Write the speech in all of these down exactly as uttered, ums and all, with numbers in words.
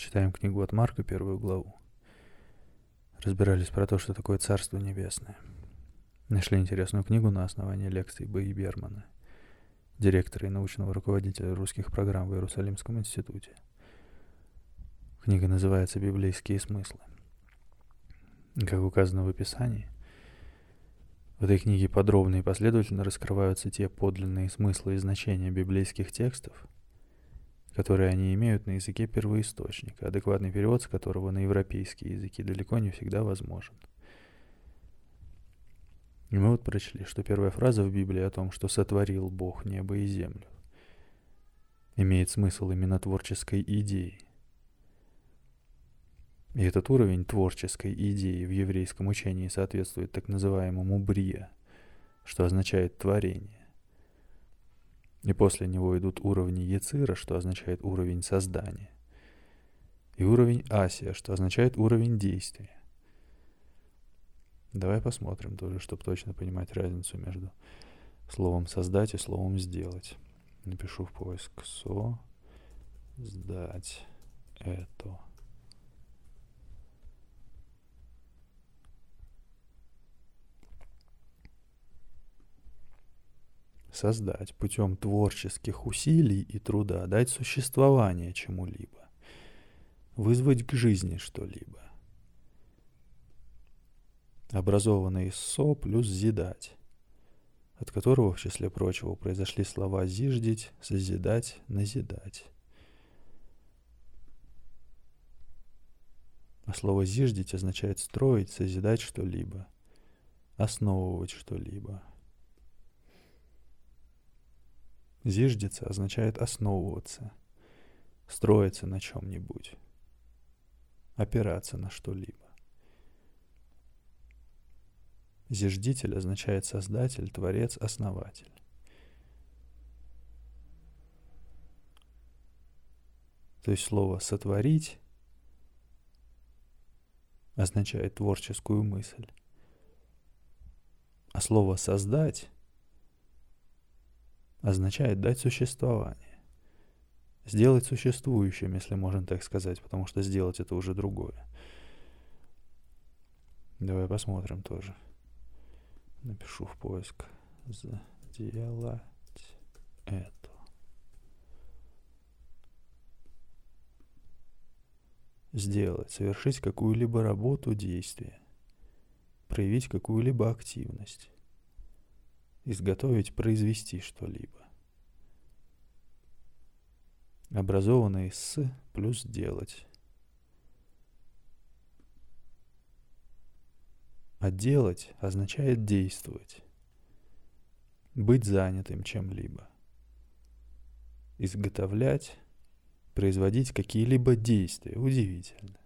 Читаем книгу от Марка, первую главу. Разбирались про то, что такое Царство Небесное. Нашли интересную книгу на основании лекций Б И Бермана, директора и научного руководителя русских программ в Иерусалимском институте. Книга называется «Библейские смыслы». Как указано в описании, в этой книге подробно и последовательно раскрываются те подлинные смыслы и значения библейских текстов, которые они имеют на языке первоисточника, адекватный перевод с которого на европейские языки далеко не всегда возможен. И мы вот прочли, что первая фраза в Библии о том, что сотворил Бог небо и землю, имеет смысл именно творческой идеи. И этот уровень творческой идеи в еврейском учении соответствует так называемому брия, что означает творение. И после него идут уровни Ецира, что означает уровень создания, и уровень Асия, что означает уровень действия. Давай посмотрим тоже, чтобы точно понимать разницу между словом «создать» и словом «сделать». Напишу в поиск «со-сдать это». Создать путем творческих усилий и труда, дать существование чему-либо, вызвать к жизни что-либо. Образованное из «со» плюс «зидать», от которого, в числе прочего, произошли слова «зиждить», «созидать», «назидать». А слово «зиждить» означает строить, созидать что-либо, основывать что-либо. Зиждиться означает основываться, строиться на чем-нибудь, опираться на что-либо. Зиждитель означает создатель, творец, основатель. То есть слово «сотворить» означает творческую мысль, а слово «создать» означает дать существование, сделать существующим, если можно так сказать, потому что сделать это уже другое. Давай посмотрим тоже. Напишу в поиск «сделать это». Сделать, совершить какую-либо работу, действие, проявить какую-либо активность, изготовить, произвести что-либо. Образованное из «с» плюс «делать». А делать означает действовать, быть занятым чем-либо, изготовлять, производить какие-либо действия. Удивительно.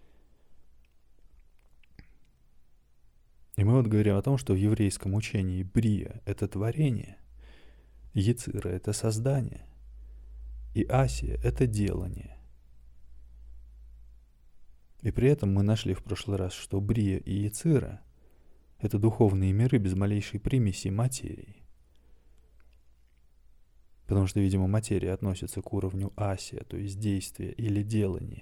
И мы вот говорим о том, что в еврейском учении брия — это творение, Ецира — это создание, и Асия — это делание. И при этом мы нашли в прошлый раз, что брия и Ецира — это духовные миры без малейшей примеси материи. Потому что, видимо, материя относится к уровню Асия, то есть действия или делания.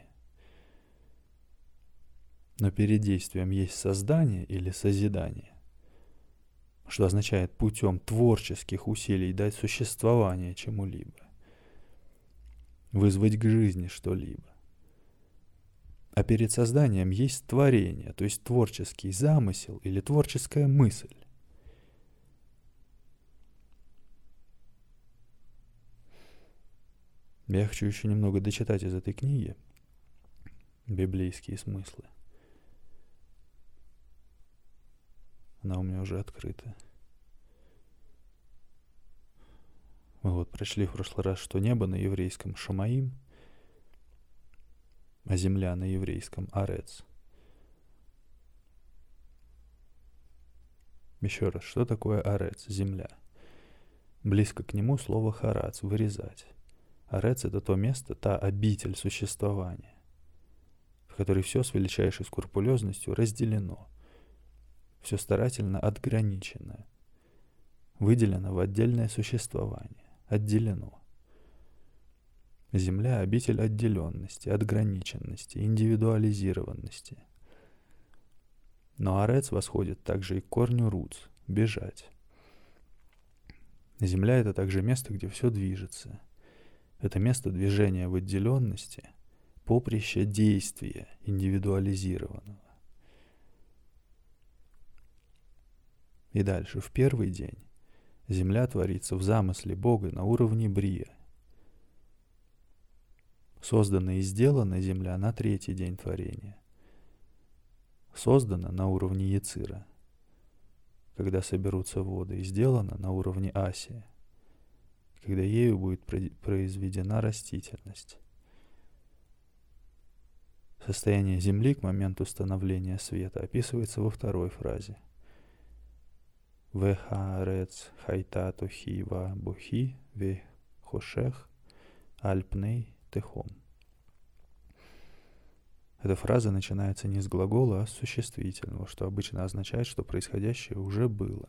Но перед действием есть создание или созидание, что означает путем творческих усилий дать существование чему-либо, вызвать к жизни что-либо. А перед созданием есть творение, то есть творческий замысел или творческая мысль. Я хочу еще немного дочитать из этой книги «Библейские смыслы». Она у меня уже открыта. Мы вот прочли в прошлый раз, что небо на еврейском «шамаим», а земля на еврейском «арец». Еще раз, что такое «арец» — земля? Близко к нему слово «харац» — вырезать. Арец — это то место, та обитель существования, в которой все с величайшей скрупулезностью разделено, все старательно отграничено, выделено в отдельное существование, отделено. Земля — обитель отделенности, отграниченности, индивидуализированности. Но арец восходит также и к корню руц — бежать. Земля — это также место, где все движется. Это место движения в отделенности, поприще действия индивидуализированного. И дальше, в первый день, земля творится в замысле Бога на уровне брия. Создана и сделана земля на третий день творения. Создана на уровне Яцира, когда соберутся воды, и сделана на уровне Асия, когда ею будет произведена растительность. Состояние Земли к моменту становления света описывается во второй фразе. Вехаарец хайтату хива бухи ве хошех альпней техом. Эта фраза начинается не с глагола, а с существительного, что обычно означает, что происходящее уже было.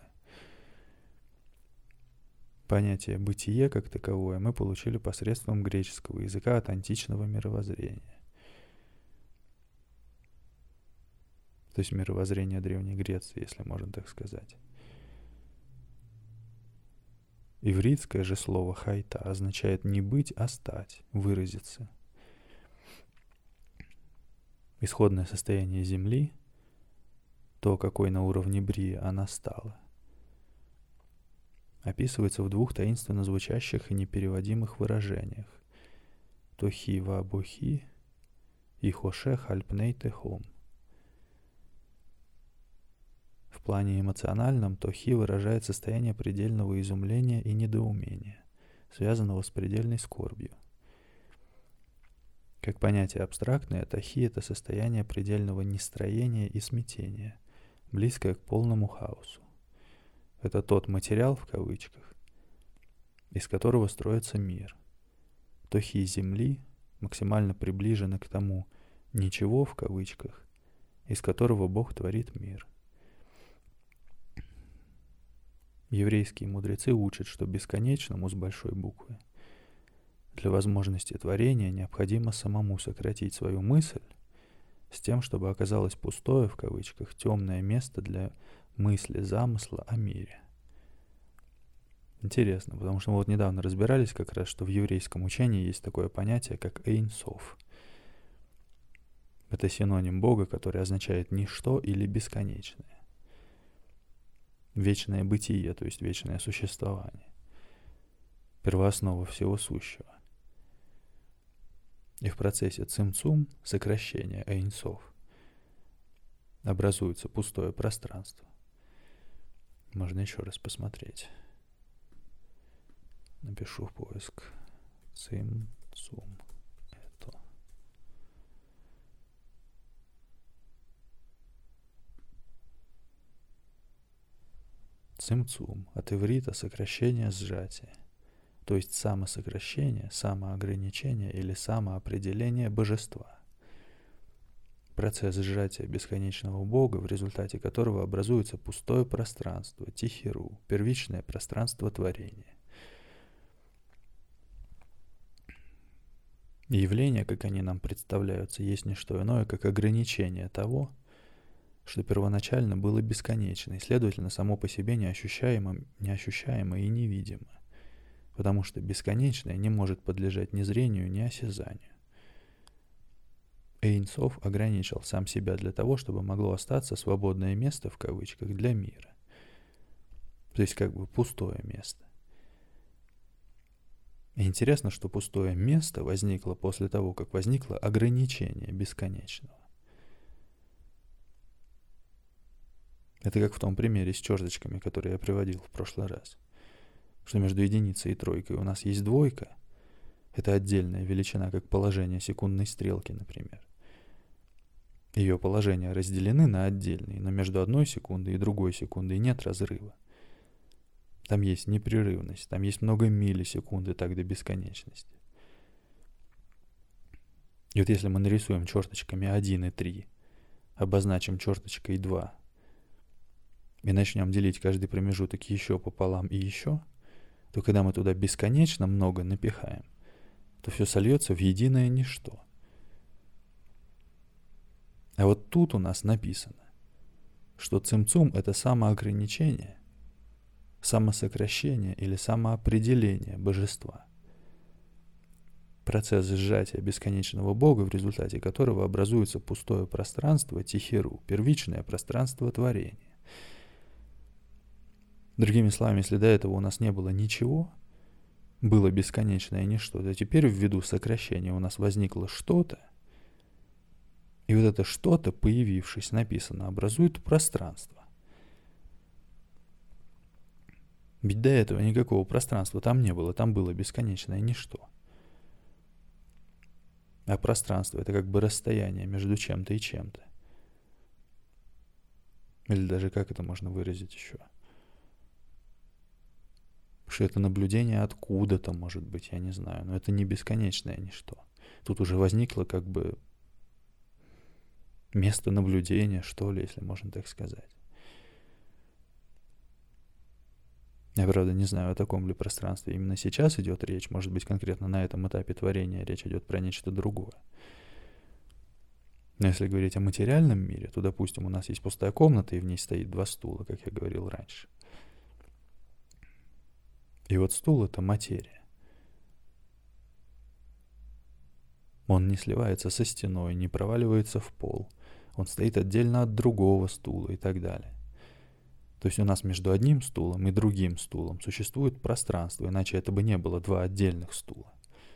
Понятие «бытие» как таковое мы получили посредством греческого языка от античного мировоззрения. То есть мировоззрение Древней Греции, если можно так сказать. Ивритское же слово «хайта» означает не быть, а стать, выразиться. Исходное состояние Земли, то, какой на уровне брия она стала, описывается в двух таинственно звучащих и непереводимых выражениях: «Тохи ва бухи» и «Хошех альпней техом». В плане эмоциональном «тохи» выражает состояние предельного изумления и недоумения, связанного с предельной скорбью. Как понятие абстрактное, тохи — это состояние предельного нестроения и смятения, близкое к полному хаосу. Это тот материал, в кавычках, из которого строится мир. Тохи Земли максимально приближены к тому «ничего», в кавычках, из которого Бог творит мир. Еврейские мудрецы учат, что бесконечному с большой буквы для возможности творения необходимо самому сократить свою мысль с тем, чтобы оказалось пустое, в кавычках, темное место для мысли, замысла о мире. Интересно, потому что мы вот недавно разбирались как раз, что в еврейском учении есть такое понятие, как Эйн Соф. Это синоним Бога, который означает ничто или бесконечное. Вечное бытие, то есть вечное существование. Первооснова всего сущего. И в процессе цимцум, сокращения Эйн Соф, образуется пустое пространство. Можно еще раз посмотреть. Напишу в поиск цимцум. Это. Цимцум от иврита сокращение, сжатие. То есть самосокращение, самоограничение или самоопределение божества. Процесс сжатия бесконечного Бога, в результате которого образуется пустое пространство, тихиру, первичное пространство творения. И явления, как они нам представляются, есть не что иное, как ограничение того, что первоначально было бесконечно, и, следовательно, само по себе неощущаемо, неощущаемо и невидимо, потому что бесконечное не может подлежать ни зрению, ни осязанию. Эйн Соф ограничил сам себя для того, чтобы могло остаться свободное место, в кавычках, для мира. То есть как бы пустое место. И интересно, что пустое место возникло после того, как возникло ограничение бесконечного. Это как в том примере с черточками, который я приводил в прошлый раз. Что между единицей и тройкой у нас есть двойка. Это отдельная величина, как положение секундной стрелки, например. Ее положения разделены на отдельные, но между одной секундой и другой секундой нет разрыва. Там есть непрерывность, там есть много миллисекунд и так до бесконечности. И вот если мы нарисуем черточками один и три, обозначим черточкой два, и начнем делить каждый промежуток еще пополам и еще, то когда мы туда бесконечно много напихаем, то все сольется в единое ничто. А вот тут у нас написано, что цимцум — это самоограничение, самосокращение или самоопределение божества. Процесс сжатия бесконечного Бога, в результате которого образуется пустое пространство тихеру, первичное пространство творения. Другими словами, если до этого у нас не было ничего, было бесконечное ничто, то теперь ввиду сокращения у нас возникло что-то, и вот это что-то, появившись, написано, образует пространство. Ведь до этого никакого пространства там не было, там было бесконечное ничто. А пространство — это как бы расстояние между чем-то и чем-то. Или даже как это можно выразить еще? Что это наблюдение откуда-то, может быть, я не знаю, но это не бесконечное ничто. Тут уже возникло как бы место наблюдения, что ли, если можно так сказать. Я, правда, не знаю, о таком ли пространстве именно сейчас идет речь. Может быть, конкретно на этом этапе творения речь идет про нечто другое. Но если говорить о материальном мире, то, допустим, у нас есть пустая комната, и в ней стоит два стула, как я говорил раньше. И вот стул — это материя. Он не сливается со стеной, не проваливается в пол. Он стоит отдельно от другого стула и так далее. То есть у нас между одним стулом и другим стулом существует пространство, иначе это бы не было два отдельных стула.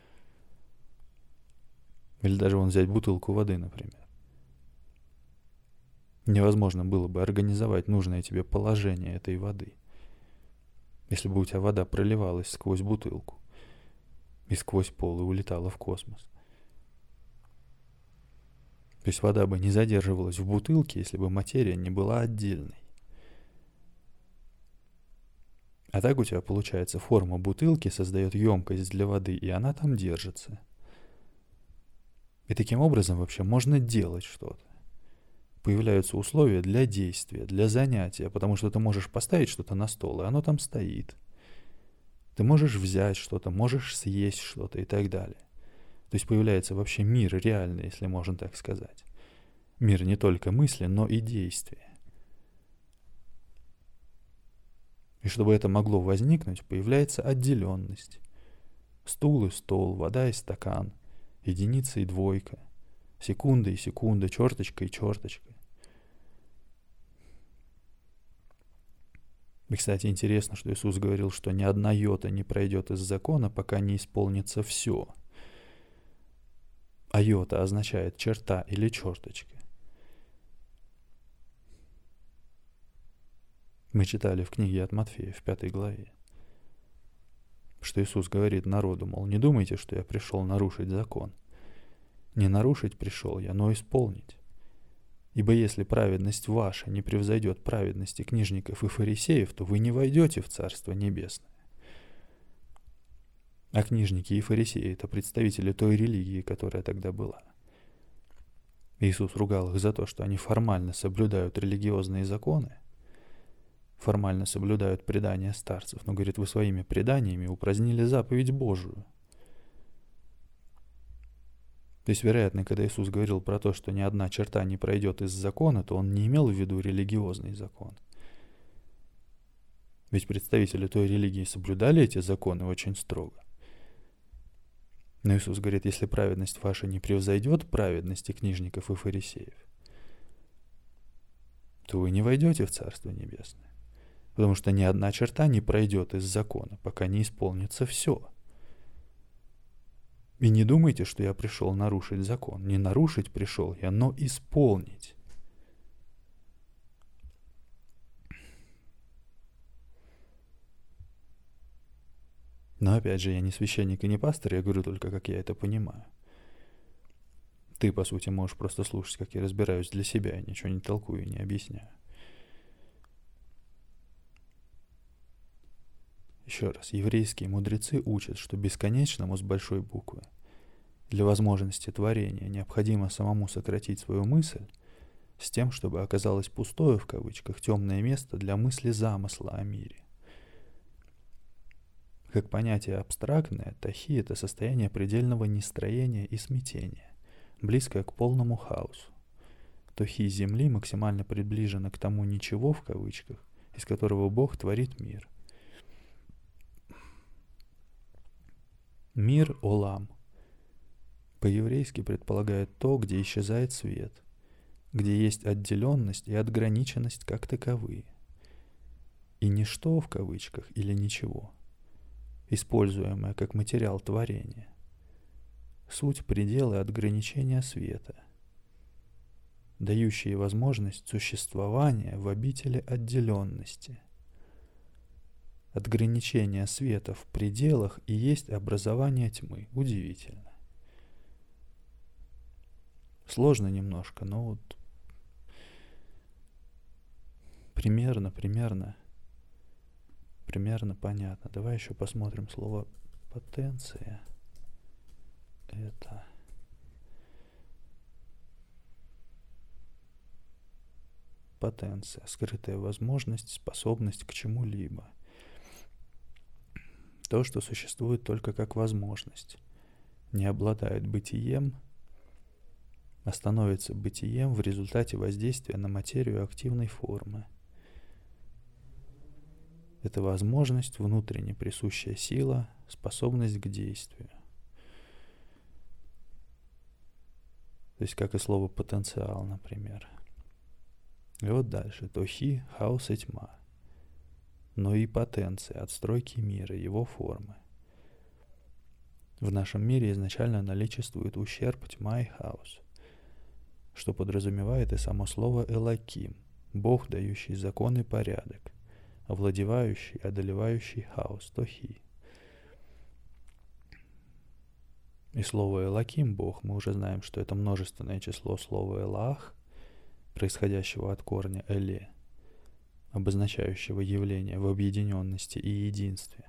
Или даже вон взять бутылку воды, например. Невозможно было бы организовать нужное тебе положение этой воды, если бы у тебя вода проливалась сквозь бутылку и сквозь пол и улетала в космос. То есть вода бы не задерживалась в бутылке, если бы материя не была отдельной. А так у тебя получается, форма бутылки создает емкость для воды, и она там держится. И таким образом вообще можно делать что-то. Появляются условия для действия, для занятия, потому что ты можешь поставить что-то на стол, и оно там стоит. Ты можешь взять что-то, можешь съесть что-то и так далее. То есть появляется вообще мир реальный, если можно так сказать. Мир не только мысли, но и действия. И чтобы это могло возникнуть, появляется отделенность. Стул и стол, вода и стакан, единица и двойка, секунда и секунда, черточка и черточка. И, кстати, интересно, что Иисус говорил, что ни одна йота не пройдет из закона, пока не исполнится все. А йота означает черта или черточка. Мы читали в книге от Матфея в пятой главе, что Иисус говорит народу, мол, не думайте, что я пришел нарушить закон. Не нарушить пришел я, но исполнить. Ибо если праведность ваша не превзойдет праведности книжников и фарисеев, то вы не войдете в Царство Небесное. А книжники и фарисеи — это представители той религии, которая тогда была. Иисус ругал их за то, что они формально соблюдают религиозные законы, формально соблюдают предания старцев, но, говорит, вы своими преданиями упразднили заповедь Божию. То есть, вероятно, когда Иисус говорил про то, что ни одна черта не пройдет из закона, то он не имел в виду религиозный закон. Ведь представители той религии соблюдали эти законы очень строго. Но Иисус говорит, если праведность ваша не превзойдет праведности книжников и фарисеев, то вы не войдете в Царство Небесное. Потому что ни одна черта не пройдет из закона, пока не исполнится все. И не думайте, что я пришел нарушить закон. Не нарушить пришел я, но исполнить. Но опять же, я не священник и не пастор, я говорю только, как я это понимаю. Ты, по сути, можешь просто слушать, как я разбираюсь для себя, я ничего не толкую и не объясняю. Еще раз, еврейские мудрецы учат, что бесконечному с большой буквы для возможности творения необходимо самому сократить свою мысль с тем, чтобы оказалось пустое, в кавычках, темное место для мысли замысла о мире. Как понятие абстрактное, тахи — это состояние предельного нестроения и смятения, близкое к полному хаосу. Тохи Земли максимально приближено к тому «ничего» в кавычках, из которого Бог творит мир. Мир Олам по-еврейски предполагает то, где исчезает свет, где есть отделенность и отграниченность как таковые. И ничто в кавычках или ничего, используемое как материал творения, суть пределы отграничения света, дающие возможность существования в обители отделенности. Отграничение света в пределах и есть образование тьмы. Удивительно. Сложно немножко, но вот примерно, примерно, примерно понятно. Давай еще посмотрим слово потенция. Это потенция, скрытая возможность, способность к чему-либо. То, что существует только как возможность, не обладает бытием, а становится бытием в результате воздействия на материю активной формы. Это возможность, внутренне присущая сила, способность к действию. То есть, как и слово «потенциал», например. И вот дальше. Тохи, хаос и тьма. Но и потенция отстройки мира, его формы. В нашем мире изначально наличествует ущерб, тьма и хаос, что подразумевает и само слово «элоким», Бог, дающий закон и порядок, овладевающий, одолевающий хаос, тохи. И слово «элоким», Бог, мы уже знаем, что это множественное число слова «элах», происходящего от корня «эле», обозначающего явление в объединенности и единстве.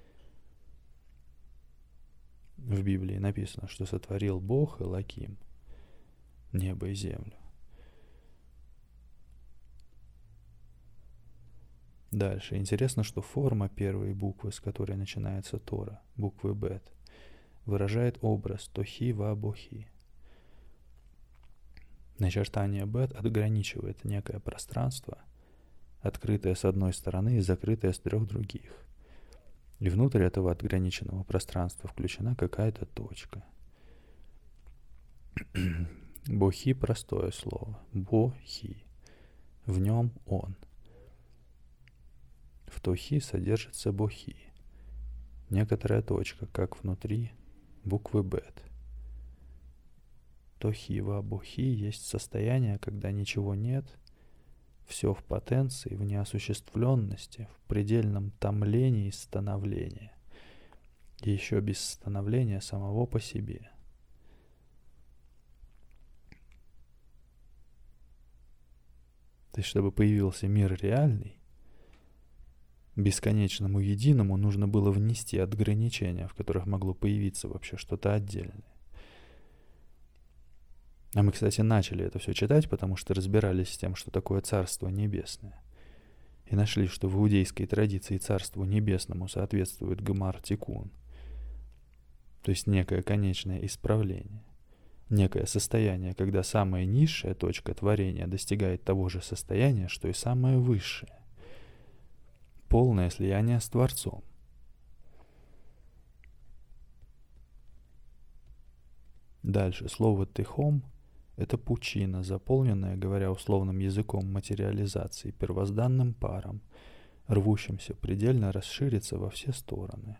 В Библии написано, что сотворил Бог Элоким небо и землю. Дальше. Интересно, что форма первой буквы, с которой начинается Тора, буквы Бет, выражает образ Тохи ва Бохи. Начертание Бет отграничивает некое пространство, открытое с одной стороны и закрытое с трех других. И внутрь этого отграниченного пространства включена какая-то точка. Бохи — простое слово. Бохи. В нем он. В Тохи содержится Бохи. Некоторая точка, как внутри буквы Бет. Тохи ва Бохи есть состояние, когда ничего нет, все в потенции, в неосуществленности, в предельном томлении становления, и еще без становления самого по себе. То есть, чтобы появился мир реальный, бесконечному единому нужно было внести отграничения, в которых могло появиться вообще что-то отдельное. А мы, кстати, начали это все читать, потому что разбирались с тем, что такое Царство Небесное. И нашли, что в иудейской традиции Царству Небесному соответствует Гмар Тикун. То есть некое конечное исправление. Некое состояние, когда самая низшая точка творения достигает того же состояния, что и самое высшее. Полное слияние с Творцом. Дальше. Слово «тихом» — это пучина, заполненная, говоря условным языком материализации, первозданным паром, рвущимся предельно расшириться во все стороны.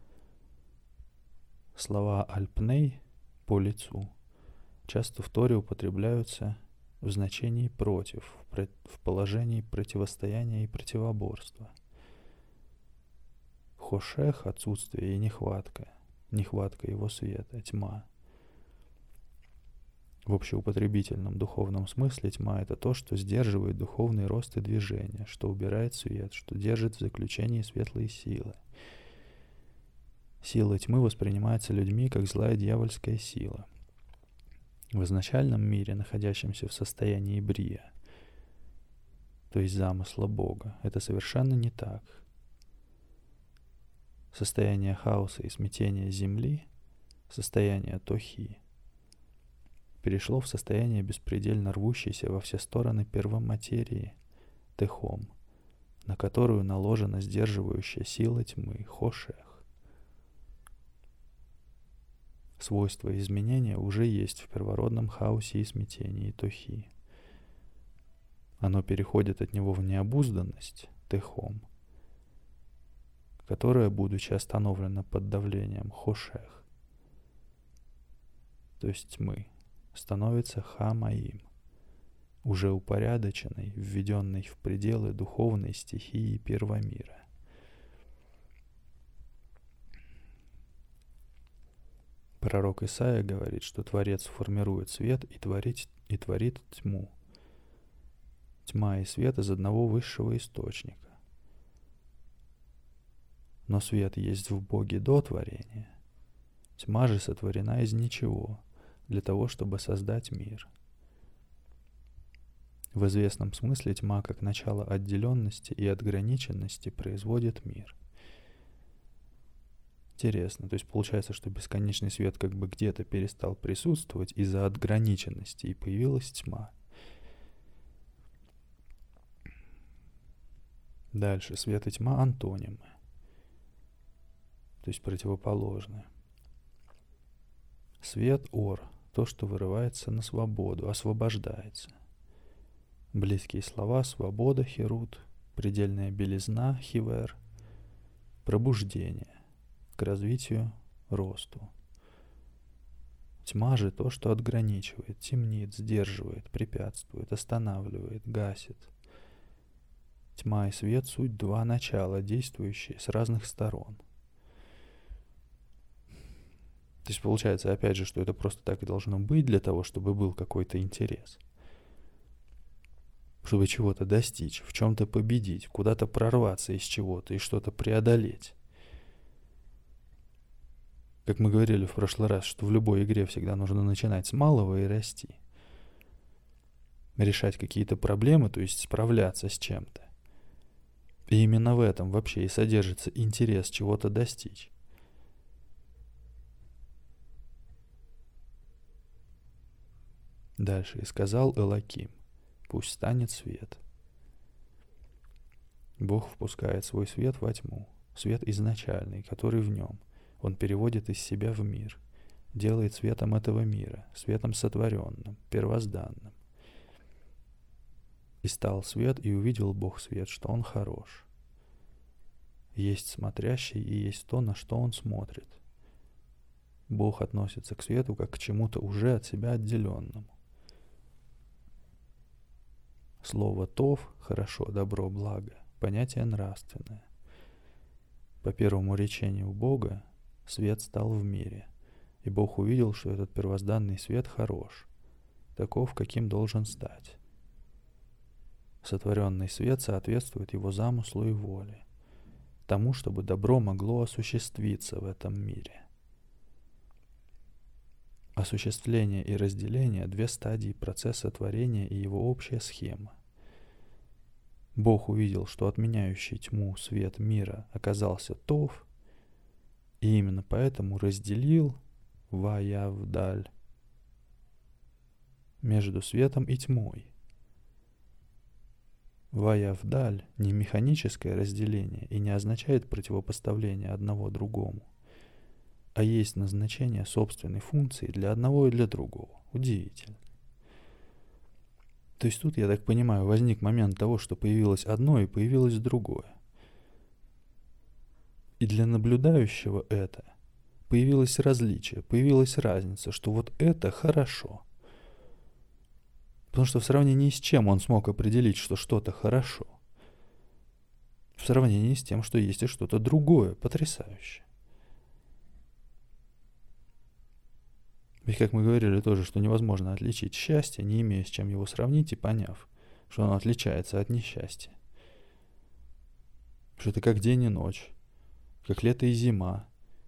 Слова «альпней» — по лицу часто в Торе употребляются в значении «против», в положении противостояния и противоборства. Хошех — отсутствие и нехватка, нехватка его света, тьма. В общеупотребительном духовном смысле тьма — это то, что сдерживает духовный рост и движение, что убирает свет, что держит в заключении светлые силы. Сила тьмы воспринимается людьми как злая дьявольская сила. В изначальном мире, находящемся в состоянии брия, то есть замысла Бога, это совершенно не так. состояние хаоса и смятения Земли, состояние тохи, перешло в состояние беспредельно рвущейся во все стороны первоматерии, техом, на которую наложена сдерживающая сила тьмы, хошех. Свойства изменения уже есть в первородном хаосе и смятении тохи. Оно переходит от него в необузданность, техом, которая, будучи остановлена под давлением хошех, то есть тьмы, становится хамаим, уже упорядоченной, введенной в пределы духовной стихии первомира. Пророк Исаия говорит, что Творец формирует свет и творит, и творит тьму. Тьма и свет из одного высшего источника. Но свет есть в Боге до творения. Тьма же сотворена из ничего, для того, чтобы создать мир. В известном смысле тьма, как начало отделенности и отграниченности, производит мир. Интересно, то есть получается, что бесконечный свет как бы где-то перестал присутствовать из-за отграниченности, и появилась тьма. Дальше, свет и тьма — антонимы, то есть противоположные. Свет — ор, то, что вырывается на свободу, освобождается. Близкие слова — свобода, херут, предельная белизна, хивер, пробуждение к развитию, росту. Тьма же — то, что отграничивает, темнит, сдерживает, препятствует, останавливает, гасит. Тьма и свет — суть два начала, действующие с разных сторон. То есть получается, опять же, что это просто так и должно быть для того, чтобы был какой-то интерес. Чтобы чего-то достичь, в чем-то победить, куда-то прорваться из чего-то и что-то преодолеть. Как мы говорили в прошлый раз, что в любой игре всегда нужно начинать с малого и расти. Решать какие-то проблемы, то есть справляться с чем-то. И именно в этом вообще и содержится интерес чего-то достичь. Дальше. «И сказал Элоким: пусть станет свет». Бог впускает свой свет во тьму, свет изначальный, который в нем. Он переводит из себя в мир, делает светом этого мира, светом сотворенным, первозданным. «И стал свет, и увидел Бог свет, что он хорош. Есть смотрящий, и есть то, на что он смотрит». Бог относится к свету как к чему-то уже от себя отделенному. Слово «тов» — хорошо, добро, благо — понятие нравственное. По первому речению Бога свет стал в мире, и Бог увидел, что этот первозданный свет хорош, таков, каким должен стать. Сотворенный свет соответствует его замыслу и воле, тому, чтобы добро могло осуществиться в этом мире. Осуществление и разделение — две стадии процесса творения и его общая схема. Бог увидел, что отменяющий тьму свет мира оказался тов, и именно поэтому разделил ваявдаль между светом и тьмой. Ваявдаль — не механическое разделение и не означает противопоставление одного другому, а есть назначение собственной функции для одного и для другого. Удивительно. То есть тут, я так понимаю, возник момент того, что появилось одно и появилось другое. И для наблюдающего это появилось различие, появилась разница, что вот это хорошо. Потому что в сравнении с чем он смог определить, что что-то хорошо? В сравнении с тем, что есть и что-то другое, потрясающее. Ведь, как мы говорили тоже, что невозможно отличить счастье, не имея с чем его сравнить и поняв, что оно отличается от несчастья. Что это как день и ночь, как лето и зима.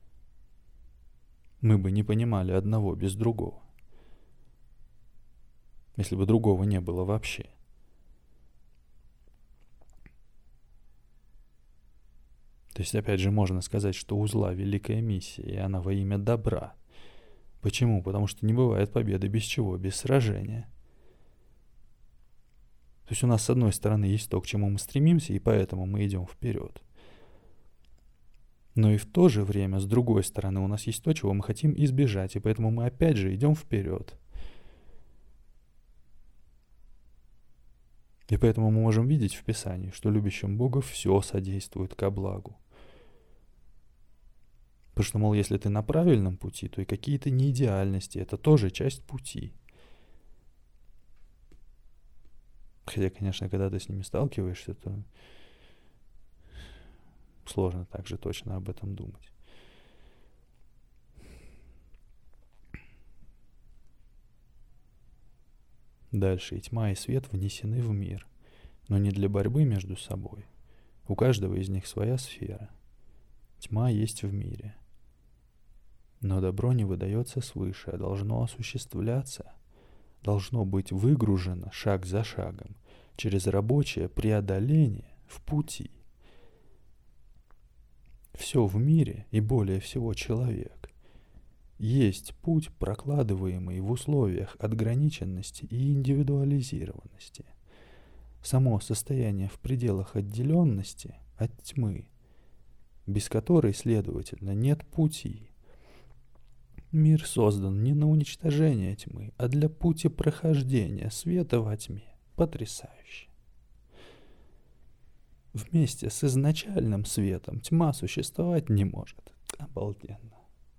Мы бы не понимали одного без другого, если бы другого не было вообще. То есть, опять же, можно сказать, что у зла великая миссия, и она во имя добра. Почему? Потому что не бывает победы без чего? Без сражения. То есть у нас, с одной стороны, есть то, к чему мы стремимся, и поэтому мы идем вперед. Но и в то же время, с другой стороны, у нас есть то, чего мы хотим избежать, и поэтому мы опять же идем вперед. И поэтому мы можем видеть в Писании, что любящим Бога все содействует ко благу. Потому что, мол, если ты на правильном пути, то и какие-то неидеальности — это тоже часть пути. Хотя, конечно, когда ты с ними сталкиваешься, то сложно так же точно об этом думать. Дальше. И тьма, и свет внесены в мир, но не для борьбы между собой. У каждого из них своя сфера. Тьма есть в мире. Но добро не выдается свыше, а должно осуществляться, должно быть выгружено шаг за шагом через рабочее преодоление в пути. Все в мире, и более всего человек, есть путь, прокладываемый в условиях отграниченности и индивидуализированности. Само состояние в пределах отделенности от тьмы, без которой, следовательно, нет пути. Мир создан не на уничтожение тьмы, а для пути прохождения света во тьме. Потрясающе. Вместе с изначальным светом тьма существовать не может. Обалденно.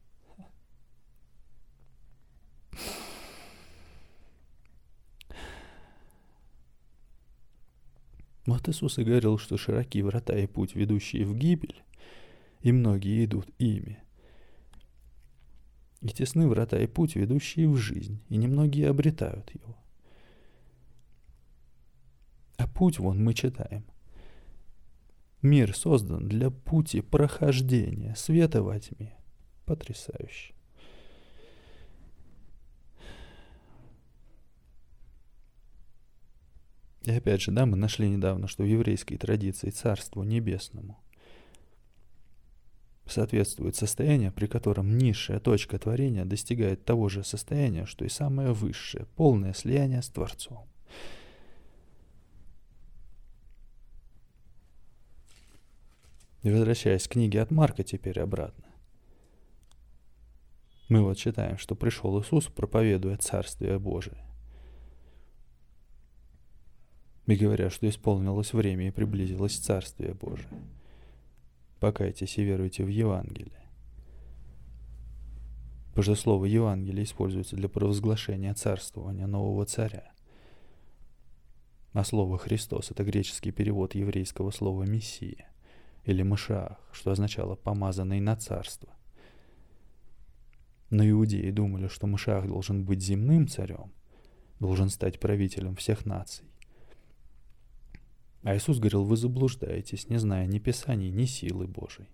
Вот Иисус и говорил, что широки врата и путь, ведущие в гибель, и многие идут ими. И тесны врата и путь, ведущие в жизнь, и немногие обретают его. А путь вон мы читаем. Мир создан для пути прохождения света во тьме. Потрясающе. И опять же, да, мы нашли недавно, что в еврейской традиции Царству Небесному соответствует состояние, при котором низшая точка творения достигает того же состояния, что и самое высшее, полное слияние с Творцом. И возвращаясь к книге от Марка теперь обратно, мы вот читаем, что пришел Иисус, проповедуя Царствие Божие. И говоря, что исполнилось время и приблизилось Царствие Божие. Покайтесь и веруйте в Евангелие. Потому что слово Евангелие используется для провозглашения царствования нового царя. А слово Христос — это греческий перевод еврейского слова Мессия или Машиах, что означало «помазанный на царство». Но иудеи думали, что Машиах должен быть земным царем, должен стать правителем всех наций. А Иисус говорил: вы заблуждаетесь, не зная ни Писаний, ни силы Божией.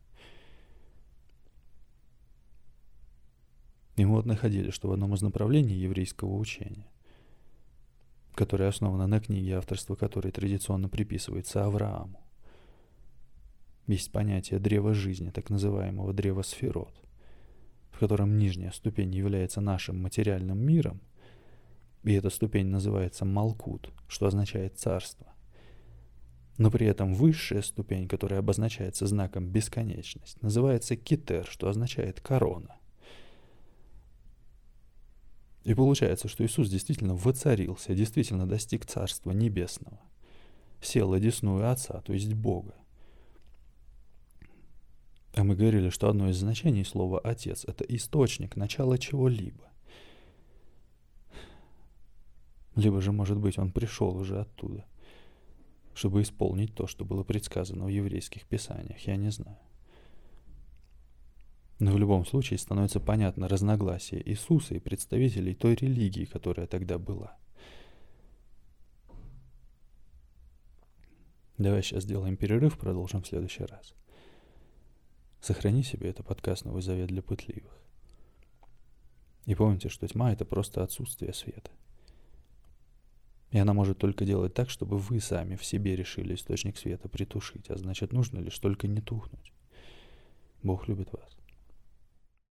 И мы вот находили, что в одном из направлений еврейского учения, которое основано на книге, авторство которой традиционно приписывается Аврааму, есть понятие древа жизни, так называемого древа сферот, в котором нижняя ступень является нашим материальным миром, и эта ступень называется Малкут, что означает царство. Но при этом высшая ступень, которая обозначается знаком бесконечность, называется Кетер, что означает корона. И получается, что Иисус действительно воцарился, действительно достиг Царства Небесного, сел одесную Отца, то есть Бога. А мы говорили, что одно из значений слова «отец» — это источник, начало чего-либо. Либо же, может быть, он пришел уже оттуда, чтобы исполнить то, что было предсказано в еврейских писаниях, я не знаю. Но в любом случае становится понятно разногласие Иисуса и представителей той религии, которая тогда была. Давай сейчас сделаем перерыв, продолжим в следующий раз. Сохрани себе это подкаст «Новый Завет для пытливых». И помните, что тьма — это просто отсутствие света. И она может только делать так, чтобы вы сами в себе решили источник света притушить, а значит, нужно лишь только не тухнуть. Бог любит вас.